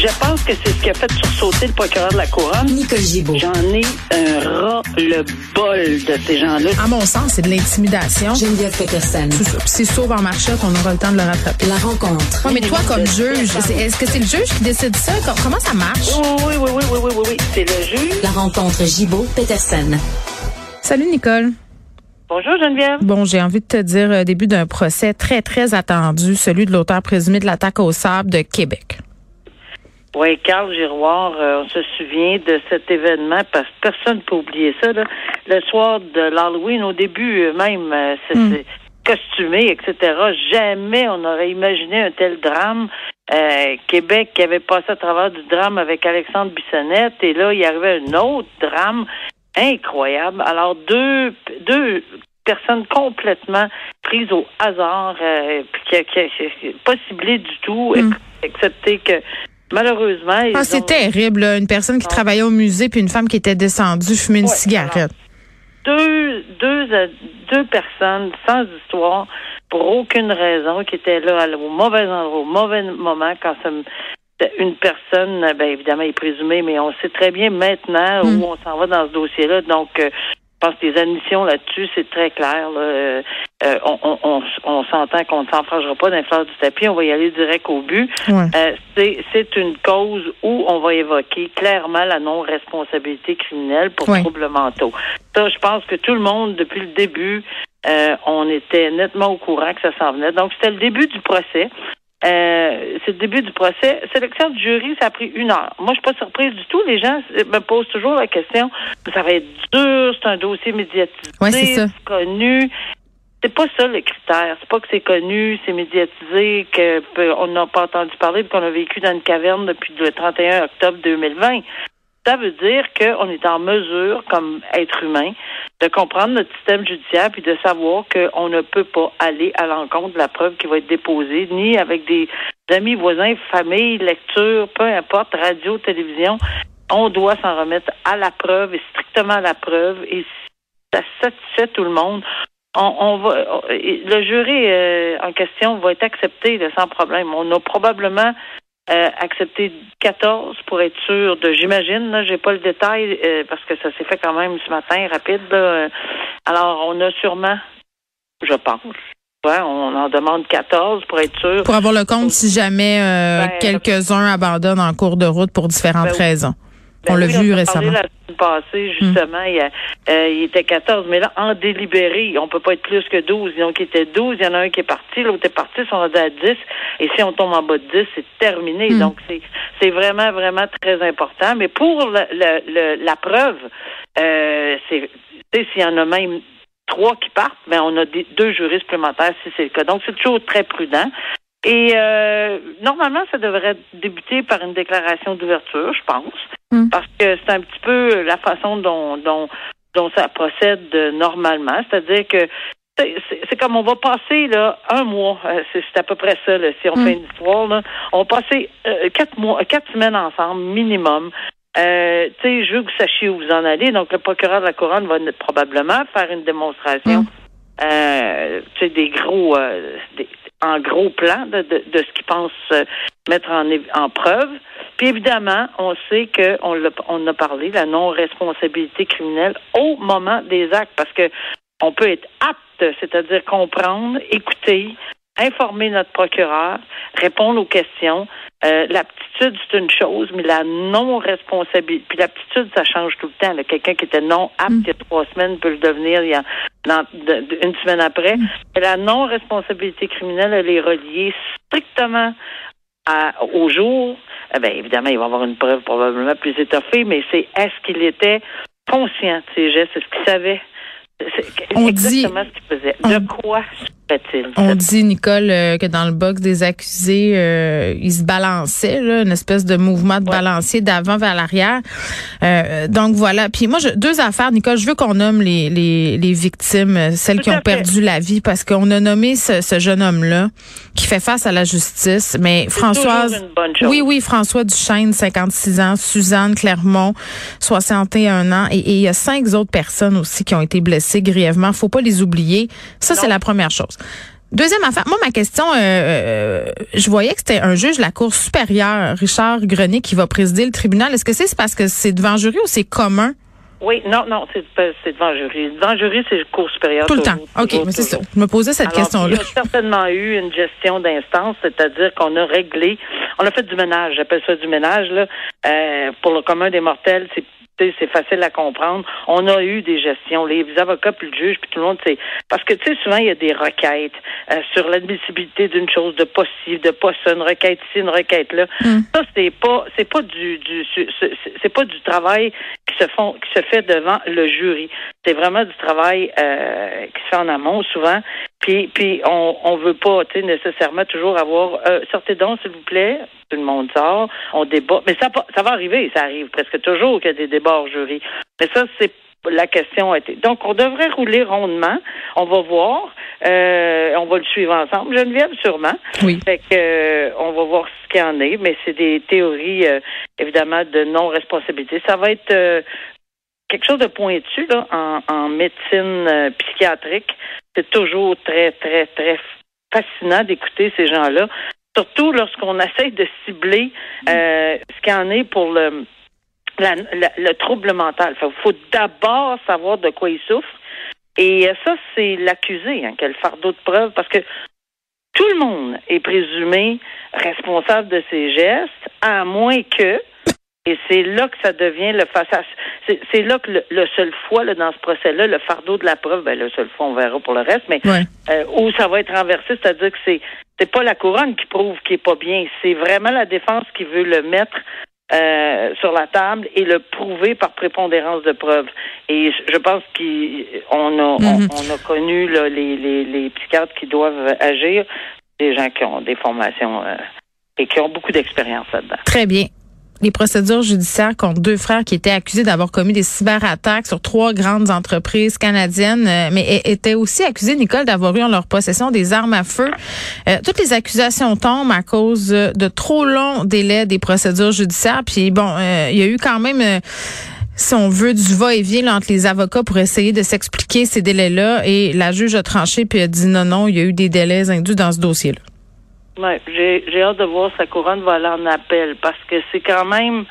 Je pense que c'est ce qui a fait sursauter le procureur de la Couronne. Nicole Gibault. J'en ai un ras-le-bol de ces gens-là. À mon sens, c'est de l'intimidation. Geneviève Peterson. C'est ça. Puis c'est sauve en marchette, on aura le temps de le rattraper. La rencontre. Oui, mais toi, comme juge, est-ce que c'est le juge qui décide ça? Comment ça marche? Oui. C'est le juge. La rencontre Gibault-Peterson. Salut, Nicole. Bonjour, Geneviève. Bon, j'ai envie de te dire, début d'un procès très, très attendu, celui de l'auteur présumé de l'attaque au sable de Québec. Oui, Carl Giroir, on se souvient de cet événement parce que personne ne peut oublier ça. Là. Le soir de l'Halloween, au début même, c'est costumé, etc. Jamais on aurait imaginé un tel drame. Québec qui avait passé à travers du drame avec Alexandre Bissonnette et là, il arrivait un autre drame incroyable. Alors, deux personnes complètement prises au hasard, puis qui pas ciblées du tout, excepté que malheureusement... C'est terrible, là. Une personne qui travaillait au musée puis une femme qui était descendue fumer une cigarette. Alors, deux personnes sans histoire, pour aucune raison, qui étaient là au mauvais endroit, au mauvais moment, quand une personne, bien évidemment, est présumée, mais on sait très bien maintenant où on s'en va dans ce dossier-là. Donc, je pense que les admissions là-dessus, c'est très clair. Là. On s'entend qu'on ne s'enfrangera pas d'un fleur du tapis, on va y aller direct au but. Ouais. C'est une cause où on va évoquer clairement la non-responsabilité criminelle pour troubles mentaux. Ça, je pense que tout le monde, depuis le début, on était nettement au courant que ça s'en venait. Donc, c'était le début du procès. C'est le début du procès. Sélection du jury, ça a pris 1 heure. Moi, je suis pas surprise du tout. Les gens me posent toujours la question. Ça va être dur, c'est un dossier médiatisé, c'est connu. C'est pas ça le critère. C'est pas que c'est connu, c'est médiatisé, qu'on n'a pas entendu parler, qu'on a vécu dans une caverne depuis le 31 octobre 2020. Ça veut dire qu'on est en mesure, comme être humain, de comprendre notre système judiciaire puis de savoir qu'on ne peut pas aller à l'encontre de la preuve qui va être déposée, ni avec des amis, voisins, famille, lecture, peu importe, radio, télévision. On doit s'en remettre à la preuve et strictement à la preuve. Et si ça satisfait tout le monde, le jury en question va être accepté là, sans problème. On a probablement accepté 14 pour être sûr j'imagine, là, j'ai pas le détail parce que ça s'est fait quand même ce matin, rapide. Là. Alors, on a sûrement, je pense, on en demande 14 pour être sûr. Pour avoir le compte si jamais quelques-uns abandonnent en cours de route pour différentes raisons. On l'a vu récemment. La semaine passée, justement, il était 14, mais là, en délibéré, on peut pas être plus que 12. Donc, il était 12, il y en a un qui est parti, l'autre est parti, ils sont rendus à 10. Et si on tombe en bas de 10, c'est terminé. Donc, c'est vraiment, vraiment très important. Mais pour la preuve, s'il y en a même 3 qui partent, ben on a 2 jurys supplémentaires si c'est le cas. Donc, c'est toujours très prudent. Et normalement, ça devrait débuter par une déclaration d'ouverture, je pense, parce que c'est un petit peu la façon dont ça procède normalement. C'est-à-dire que c'est comme on va passer là 1 mois, c'est à peu près ça, là, si on fait une histoire, là, on va passer 4 semaines ensemble, minimum. Je veux que vous sachiez où vous en allez. Donc, le procureur de la Couronne va probablement faire une démonstration des gros... en gros plan de ce qu'ils pensent mettre en preuve. Puis évidemment, on sait on a parlé, la non-responsabilité criminelle au moment des actes, parce que on peut être apte, c'est-à-dire comprendre, écouter, informer notre procureur, répondre aux questions. L'aptitude, c'est une chose, mais la non-responsabilité, puis l'aptitude, ça change tout le temps. Là. Quelqu'un qui était non apte il y a 3 semaines peut le devenir une semaine après. Et la non-responsabilité criminelle, elle est reliée strictement au jour. Évidemment, il va y avoir une preuve probablement plus étoffée, mais c'est est-ce qu'il était conscient de ses gestes, est-ce qu'il savait? C'est exactement ce qu'il faisait. De quoi fait-il? On dit, Nicole, que dans le box des accusés, il se balançait, là, une espèce de mouvement de balancier d'avant vers l'arrière. Donc voilà. Puis moi, 2 affaires, Nicole. Je veux qu'on nomme les victimes, celles qui ont perdu la vie, parce qu'on a nommé ce jeune homme-là qui fait face à la justice. Mais Françoise, oui, François Duchesne, 56 ans, Suzanne Clermont, 61 ans, et il y a 5 autres personnes aussi qui ont été blessées grièvement. Faut pas les oublier. Ça, c'est la première chose. Deuxième affaire, moi, ma question, je voyais que c'était un juge de la Cour supérieure, Richard Grenier, qui va présider le tribunal. Est-ce que c'est parce que c'est devant jury ou c'est commun? Oui, non, c'est devant jury. Devant jury, c'est le Cour supérieur. Tout le temps. OK, mais c'est ça. Je me posais cette question-là. Il y a certainement eu une gestion d'instance, c'est-à-dire qu'on a réglé, on a fait du ménage, j'appelle ça du ménage, là. Pour le commun des mortels, c'est facile à comprendre. On a eu des gestions, les avocats puis le juge puis tout le monde, c'est parce que tu sais souvent il y a des requêtes sur l'admissibilité d'une chose, de pas ci, de pas ça, une requête ici, une requête là. Ça c'est pas du travail qui se fait devant le jury. C'est vraiment du travail qui se fait en amont souvent. Puis on veut pas, tu sais, nécessairement toujours avoir sortez donc s'il vous plaît. Tout le monde sort, on débat. Mais ça va arriver, ça arrive presque toujours qu'il y a des débats hors jury. Mais ça, c'est la question a été. Donc, on devrait rouler rondement. On va voir. On va le suivre ensemble. Geneviève, sûrement. Oui. Fait que on va voir ce qu'il y en est. Mais c'est des théories, évidemment, de non-responsabilité. Ça va être quelque chose de pointu là, en médecine psychiatrique. C'est toujours très, très, très fascinant d'écouter ces gens-là. Surtout lorsqu'on essaie de cibler ce qu'il y en est pour le trouble mental. Il faut d'abord savoir de quoi il souffre. Et ça, c'est l'accusé qui a le fardeau de preuve parce que tout le monde est présumé responsable de ses gestes, à moins que, et c'est là que ça devient le face-à-face. C'est là que le seul fois là, dans ce procès-là, le fardeau de la preuve, le seul fois, on verra pour le reste, mais où ça va être renversé, c'est-à-dire que c'est pas la couronne qui prouve qu'il est pas bien, c'est vraiment la défense qui veut le mettre sur la table et le prouver par prépondérance de preuves. Et je pense qu'on a connu là, les psychiatres qui doivent agir, des gens qui ont des formations et qui ont beaucoup d'expérience là-dedans. Très bien. Les procédures judiciaires contre deux frères qui étaient accusés d'avoir commis des cyberattaques sur 3 grandes entreprises canadiennes, mais étaient aussi accusés, Nicole, d'avoir eu en leur possession des armes à feu. Toutes les accusations tombent à cause de trop longs délais des procédures judiciaires. Puis bon, il y a eu quand même, si on veut, du va-et-vient entre les avocats pour essayer de s'expliquer ces délais-là. Et la juge a tranché puis a dit non, il y a eu des délais indus dans ce dossier-là. Oui, j'ai hâte de voir si sa couronne va aller en appel parce que c'est quand même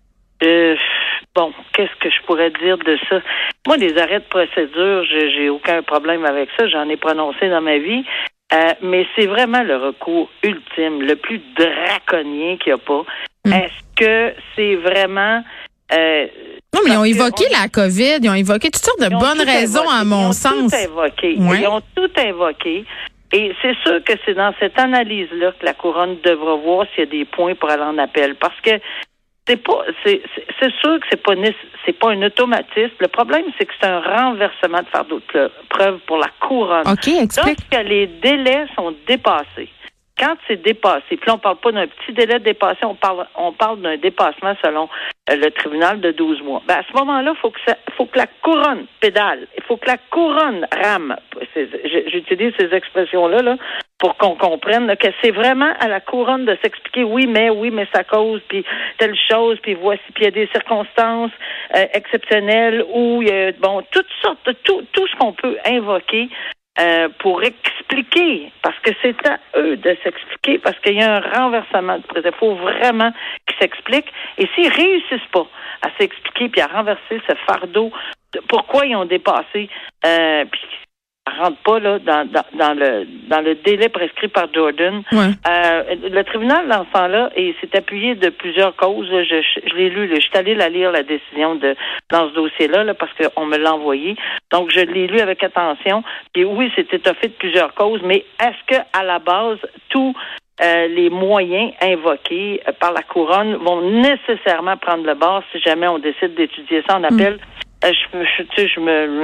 qu'est-ce que je pourrais dire de ça? Moi, les arrêts de procédure, j'ai aucun problème avec ça. J'en ai prononcé dans ma vie. Mais c'est vraiment le recours ultime, le plus draconien qu'il n'y a pas. Est-ce que c'est vraiment non, mais ils ont évoqué la COVID, ils ont évoqué toutes sortes de bonnes raisons, à mon sens. Ils ont tout invoqué. Et c'est sûr que c'est dans cette analyse-là que la couronne devra voir s'il y a des points pour aller en appel. Parce que c'est sûr que c'est pas un automatisme. Le problème, c'est que c'est un renversement de fardeau de preuve pour la couronne. OK, explique. Lorsque les délais sont dépassés, quand c'est dépassé, puis là, on parle pas d'un petit délai dépassé, on parle d'un dépassement selon le tribunal de 12 mois. Ben, à ce moment-là, faut que la couronne pédale. Il faut que la couronne rame. J'utilise ces expressions-là, là, pour qu'on comprenne là, que c'est vraiment à la couronne de s'expliquer oui, mais ça cause, puis telle chose, puis voici, puis il y a des circonstances exceptionnelles où il y a, toutes sortes de tout ce qu'on peut invoquer pour expliquer, parce que c'est à eux de s'expliquer, parce qu'il y a un renversement de procès. Il faut vraiment qu'ils s'expliquent. Et s'ils réussissent pas à s'expliquer puis à renverser ce fardeau, pourquoi ils ont dépassé, puis rentre pas là dans le délai prescrit par Jordan. Ouais. Le tribunal dans ce temps-là s'est appuyé de plusieurs causes. Je l'ai lu. Je suis allée la lire la décision dans ce dossier-là là, parce qu'on me l'a envoyé. Donc je l'ai lu avec attention. Puis oui, c'est étoffé de plusieurs causes, mais est-ce que à la base tous les moyens invoqués par la couronne vont nécessairement prendre le bord si jamais on décide d'étudier ça en appel? Je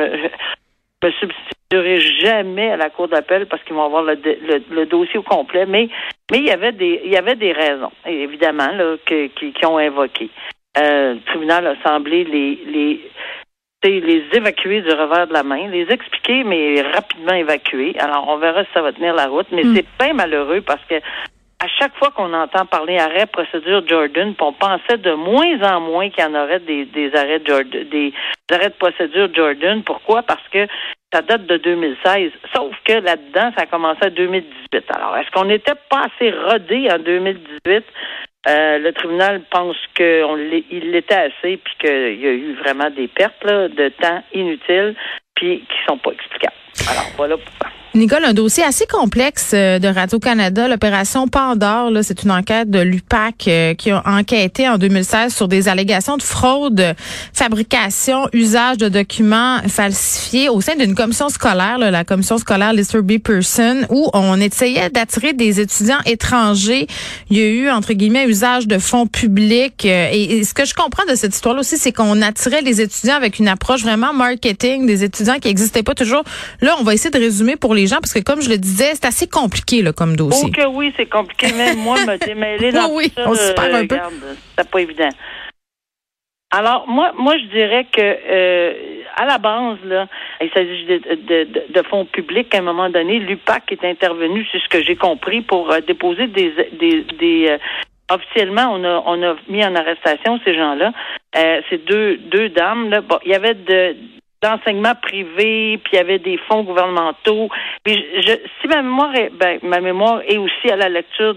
me substituerai jamais à la cour d'appel parce qu'ils vont avoir le dossier au complet, mais il y avait des raisons, évidemment, là, qui ont invoqué. Le tribunal a semblé les évacuer du revers de la main, les expliquer, mais rapidement évacuer. Alors, on verra si ça va tenir la route, mais c'est bien malheureux parce que à chaque fois qu'on entend parler arrêt procédure Jordan, on pensait de moins en moins qu'il y en aurait des arrêts de procédure Jordan. Pourquoi? Parce que ça date de 2016. Sauf que là-dedans, ça a commencé en 2018. Alors, est-ce qu'on n'était pas assez rodé en 2018? Le tribunal pense qu'il l'était assez, puis qu'il y a eu vraiment des pertes là, de temps inutiles, puis qui sont pas explicables. Alors, voilà pourquoi. Nicole, un dossier assez complexe de Radio-Canada, l'opération Pandore, là, c'est une enquête de l'UPAC qui a enquêté en 2016 sur des allégations de fraude, fabrication, usage de documents falsifiés au sein d'une commission scolaire, là, la commission scolaire Lister B. Pearson, où on essayait d'attirer des étudiants étrangers. Il y a eu, entre guillemets, usage de fonds publics. Et ce que je comprends de cette histoire-là aussi, c'est qu'on attirait les étudiants avec une approche vraiment marketing, des étudiants qui n'existaient pas toujours. Là, on va essayer de résumer pour les gens, parce que comme je le disais, c'est assez compliqué là, comme dossier. Oh que oui, c'est compliqué. Même moi, me démêler dans oui, tout ça, on se perd un peu. C'est pas évident. Alors, moi, je dirais que à la base, là, il s'agit de fonds publics. À un moment donné, l'UPAC est intervenu, c'est ce que j'ai compris, pour déposer des officiellement, on a mis en arrestation ces gens-là. Ces deux dames, là. Bon, il y avait d'enseignement privé, puis il y avait des fonds gouvernementaux. Puis si ma mémoire est aussi à la lecture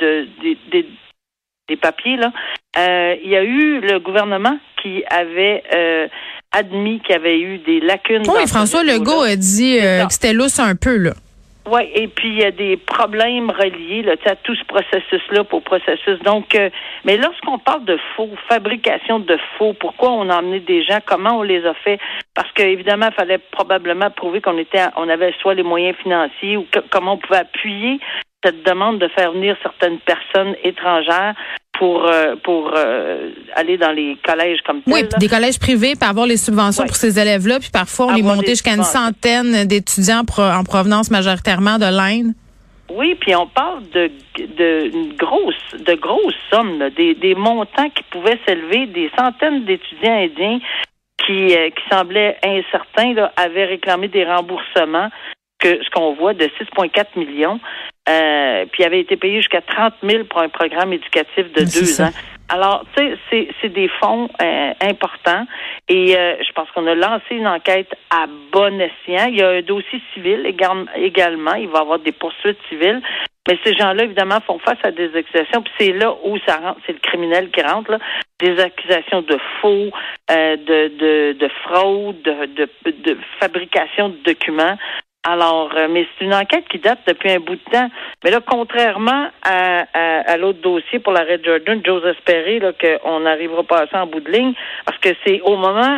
des papiers, là, il y a eu le gouvernement qui avait admis qu'il y avait eu des lacunes. Oui, François Legault a dit que c'était lousse un peu, là. Oui, et puis il y a des problèmes reliés là, à tout ce processus-là pour processus. Donc, mais lorsqu'on parle de faux, fabrication de faux, pourquoi on a emmené des gens, comment on les a fait? Parce qu'évidemment, il fallait probablement prouver qu'on avait soit les moyens financiers ou comment on pouvait appuyer cette demande de faire venir certaines personnes étrangères pour aller dans les collèges comme tel. Oui, puis des collèges privés, puis avoir les subventions pour ces élèves-là, puis parfois on les montait jusqu'à une centaine d'étudiants en provenance majoritairement de l'Inde. Oui, puis on parle de grosses sommes, là, des montants qui pouvaient s'élever, des centaines d'étudiants indiens qui semblaient incertains, là, avaient réclamé des remboursements, ce qu'on voit de 6,4 millions. Puis avait été payé jusqu'à 30 000 pour un programme éducatif de 2 ans. Alors, tu sais, c'est des fonds importants. Et je pense qu'on a lancé une enquête à bon escient. Il y a un dossier civil également. Il va y avoir des poursuites civiles. Mais ces gens-là, évidemment, font face à des accusations. Puis c'est là où ça rentre, c'est le criminel qui rentre, là. Des accusations de faux, de fraude, de fabrication de documents. Alors, mais c'est une enquête qui date depuis un bout de temps. Mais là, contrairement à l'autre dossier pour l'arrêt de Jordan, j'ose espérer là, qu'on n'arrivera pas à ça en bout de ligne, parce que c'est au moment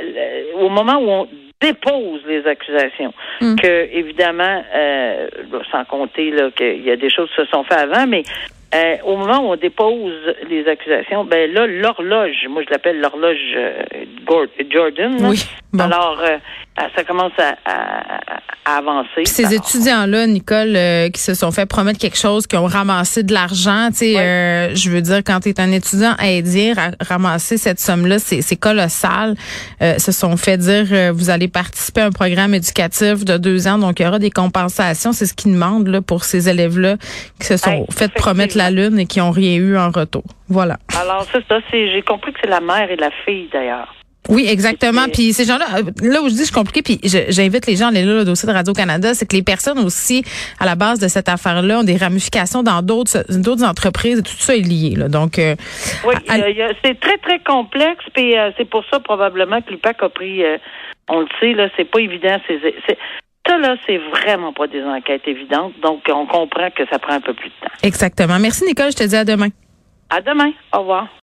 où on dépose les accusations que, évidemment, sans compter là, qu'il y a des choses qui se sont faites avant, mais au moment où on dépose les accusations, ben là, l'horloge, moi je l'appelle l'horloge Jordan. Là. Oui. Bon. Alors, ça commence à avancer. Puis ces étudiants-là, Nicole, qui se sont fait promettre quelque chose, qui ont ramassé de l'argent, tu sais, je veux dire, quand tu es un étudiant indien, ramasser cette somme-là, c'est colossal. Se sont fait dire, vous allez participer à un programme éducatif de 2 ans, donc il y aura des compensations. C'est ce qu'ils demandent là pour ces élèves-là qui se sont fait promettre la lune et qui n'ont rien eu en retour. Voilà. Alors, c'est ça. J'ai compris que c'est la mère et la fille, d'ailleurs. Oui, exactement. Puis ces gens-là, là où je dis c'est compliqué, puis j'invite les gens à aller là, le dossier de Radio-Canada, c'est que les personnes aussi, à la base de cette affaire-là, ont des ramifications dans d'autres entreprises et tout ça est lié. Là. Donc, oui, c'est très, très complexe, puis c'est pour ça probablement que l'UPAC a pris, on le sait, là, c'est pas évident. Ça, là, c'est vraiment pas des enquêtes évidentes, donc on comprend que ça prend un peu plus de temps. Exactement. Merci, Nicole. Je te dis à demain. À demain. Au revoir.